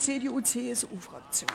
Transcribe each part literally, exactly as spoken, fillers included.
C D U C S U-Fraktion.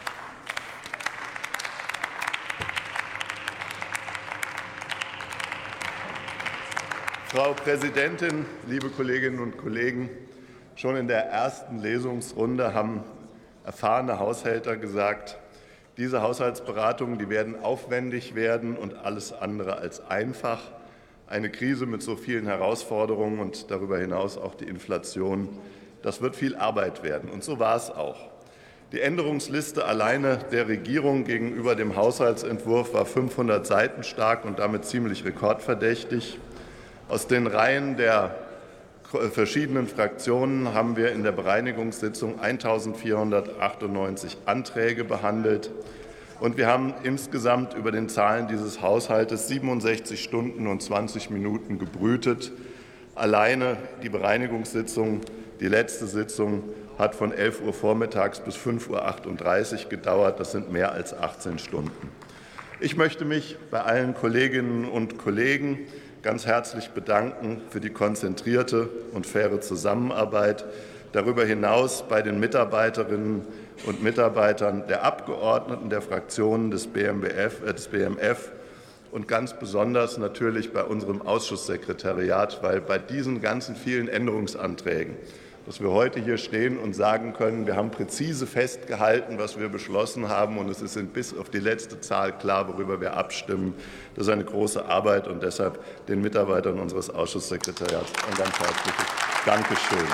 Frau Präsidentin, liebe Kolleginnen und Kollegen! Schon in der ersten Lesungsrunde haben erfahrene Haushälter gesagt, diese Haushaltsberatungen, die werden aufwendig werden und alles andere als einfach. Eine Krise mit so vielen Herausforderungen und darüber hinaus auch die Inflation, das wird viel Arbeit werden. Und so war es auch. Die Änderungsliste alleine der Regierung gegenüber dem Haushaltsentwurf war fünfhundert Seiten stark und damit ziemlich rekordverdächtig. Aus den Reihen der verschiedenen Fraktionen haben wir in der Bereinigungssitzung eintausendvierhundertachtundneunzig Anträge behandelt. Und wir haben insgesamt über den Zahlen dieses Haushaltes siebenundsechzig Stunden und zwanzig Minuten gebrütet. Alleine die Bereinigungssitzung, die letzte Sitzung, hat von elf Uhr vormittags bis fünf Uhr achtunddreißig gedauert. Das sind mehr als achtzehn Stunden. Ich möchte mich bei allen Kolleginnen und Kollegen ganz herzlich bedanken für die konzentrierte und faire Zusammenarbeit. Darüber hinaus bei den Mitarbeiterinnen und Mitarbeitern der Abgeordneten, der Fraktionen des B M F und ganz besonders natürlich bei unserem Ausschusssekretariat, weil bei diesen ganzen vielen Änderungsanträgen, dass wir heute hier stehen und sagen können, wir haben präzise festgehalten, was wir beschlossen haben, und es ist bis auf die letzte Zahl klar, worüber wir abstimmen. Das ist eine große Arbeit, und deshalb den Mitarbeitern unseres Ausschusssekretariats ein ganz herzliches Dankeschön.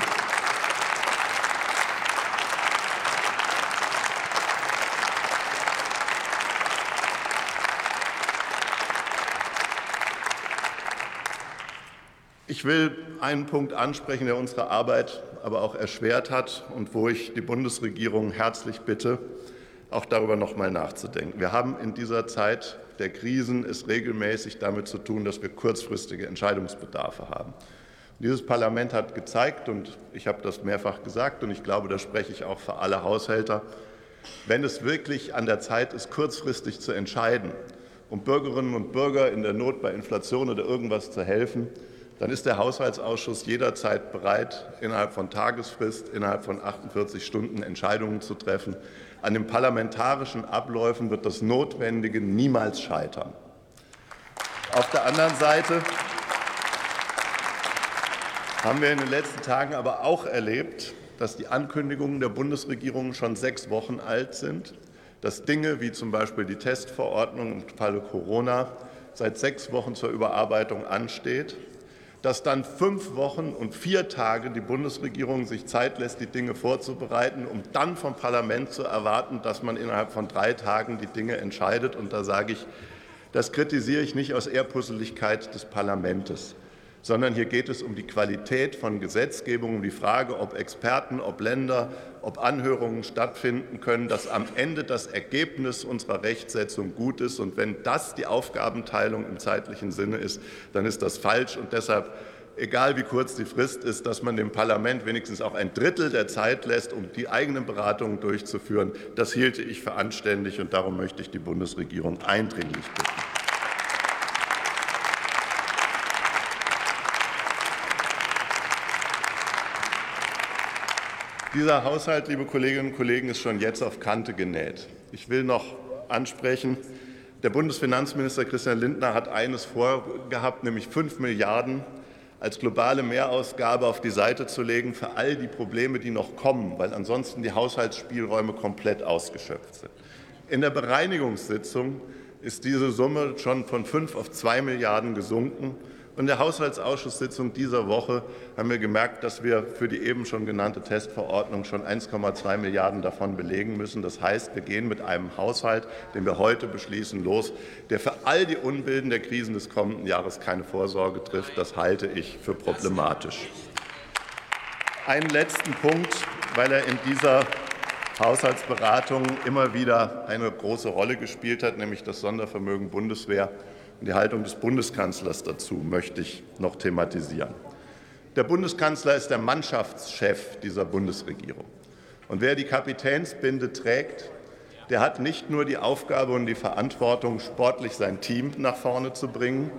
Ich will einen Punkt ansprechen, der unsere Arbeit aber auch erschwert hat und wo ich die Bundesregierung herzlich bitte, auch darüber noch einmal nachzudenken. Wir haben in dieser Zeit der Krisen es regelmäßig damit zu tun, dass wir kurzfristige Entscheidungsbedarfe haben. Und dieses Parlament hat gezeigt, und ich habe das mehrfach gesagt, und ich glaube, da spreche ich auch für alle Haushälter, wenn es wirklich an der Zeit ist, kurzfristig zu entscheiden, um Bürgerinnen und Bürgern in der Not bei Inflation oder irgendwas zu helfen, dann ist der Haushaltsausschuss jederzeit bereit, innerhalb von Tagesfrist, innerhalb von achtundvierzig Stunden Entscheidungen zu treffen. An den parlamentarischen Abläufen wird das Notwendige niemals scheitern. Auf der anderen Seite haben wir in den letzten Tagen aber auch erlebt, dass die Ankündigungen der Bundesregierung schon sechs Wochen alt sind, dass Dinge wie zum Beispiel die Testverordnung im Falle Corona seit sechs Wochen zur Überarbeitung ansteht, dass dann fünf Wochen und vier Tage die Bundesregierung sich Zeit lässt, die Dinge vorzubereiten, um dann vom Parlament zu erwarten, dass man innerhalb von drei Tagen die Dinge entscheidet. Und da sage ich, das kritisiere ich nicht aus Ehrpusseligkeit des Parlaments, sondern hier geht es um die Qualität von Gesetzgebung, um die Frage, ob Experten, ob Länder, ob Anhörungen stattfinden können, dass am Ende das Ergebnis unserer Rechtsetzung gut ist. Und wenn das die Aufgabenteilung im zeitlichen Sinne ist, dann ist das falsch. Und deshalb, egal wie kurz die Frist ist, dass man dem Parlament wenigstens auch ein Drittel der Zeit lässt, um die eigenen Beratungen durchzuführen, das hielte ich für anständig. Und darum möchte ich die Bundesregierung eindringlich bitten. Dieser Haushalt, liebe Kolleginnen und Kollegen, ist schon jetzt auf Kante genäht. Ich will noch ansprechen, der Bundesfinanzminister Christian Lindner hat eines vorgehabt, nämlich fünf Milliarden als globale Mehrausgabe auf die Seite zu legen für all die Probleme, die noch kommen, weil ansonsten die Haushaltsspielräume komplett ausgeschöpft sind. In der Bereinigungssitzung ist diese Summe schon von fünf auf zwei Milliarden gesunken. In der Haushaltsausschusssitzung dieser Woche haben wir gemerkt, dass wir für die eben schon genannte Testverordnung schon eins Komma zwei Milliarden davon belegen müssen. Das heißt, wir gehen mit einem Haushalt, den wir heute beschließen, los, der für all die Unbilden der Krisen des kommenden Jahres keine Vorsorge trifft. Das halte ich für problematisch. Einen letzten Punkt, weil er in dieser Haushaltsberatung immer wieder eine große Rolle gespielt hat, nämlich das Sondervermögen Bundeswehr. Und die Haltung des Bundeskanzlers dazu möchte ich noch thematisieren. Der Bundeskanzler ist der Mannschaftschef dieser Bundesregierung. Und wer die Kapitänsbinde trägt, der hat nicht nur die Aufgabe und die Verantwortung, sportlich sein Team nach vorne zu bringen,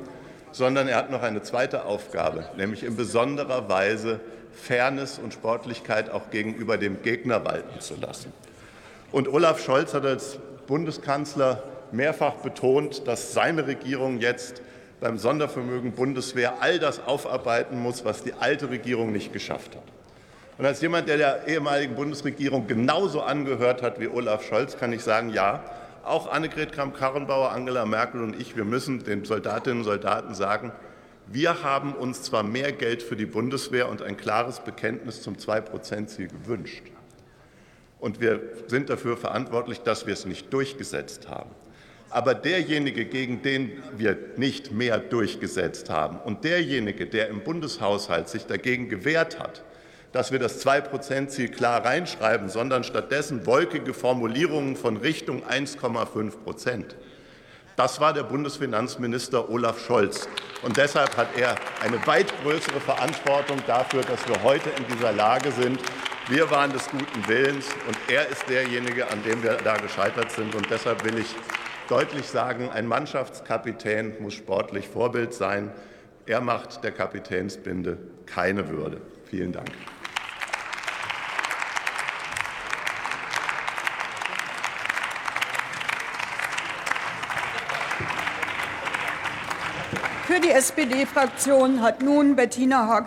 sondern er hat noch eine zweite Aufgabe, nämlich in besonderer Weise Fairness und Sportlichkeit auch gegenüber dem Gegner walten zu lassen. Und Olaf Scholz hat als Bundeskanzler mehrfach betont, dass seine Regierung jetzt beim Sondervermögen Bundeswehr all das aufarbeiten muss, was die alte Regierung nicht geschafft hat. Und als jemand, der der ehemaligen Bundesregierung genauso angehört hat wie Olaf Scholz, kann ich sagen, ja, auch Annegret Kramp-Karrenbauer, Angela Merkel und ich, wir müssen den Soldatinnen und Soldaten sagen, wir haben uns zwar mehr Geld für die Bundeswehr und ein klares Bekenntnis zum zwei Prozent Ziel gewünscht. Und wir sind dafür verantwortlich, dass wir es nicht durchgesetzt haben. Aber derjenige, gegen den wir nicht mehr durchgesetzt haben, und derjenige, der im Bundeshaushalt sich dagegen gewehrt hat, dass wir das zwei Prozent Ziel klar reinschreiben, sondern stattdessen wolkige Formulierungen von Richtung eins Komma fünf Prozent, das war der Bundesfinanzminister Olaf Scholz. Und deshalb hat er eine weit größere Verantwortung dafür, dass wir heute in dieser Lage sind. Wir waren des guten Willens, und er ist derjenige, an dem wir da gescheitert sind. Und deshalb will ich deutlich sagen, ein Mannschaftskapitän muss sportlich Vorbild sein. Er macht der Kapitänsbinde keine Würde. Vielen Dank. Für die S P D-Fraktion hat nun Bettina Hagel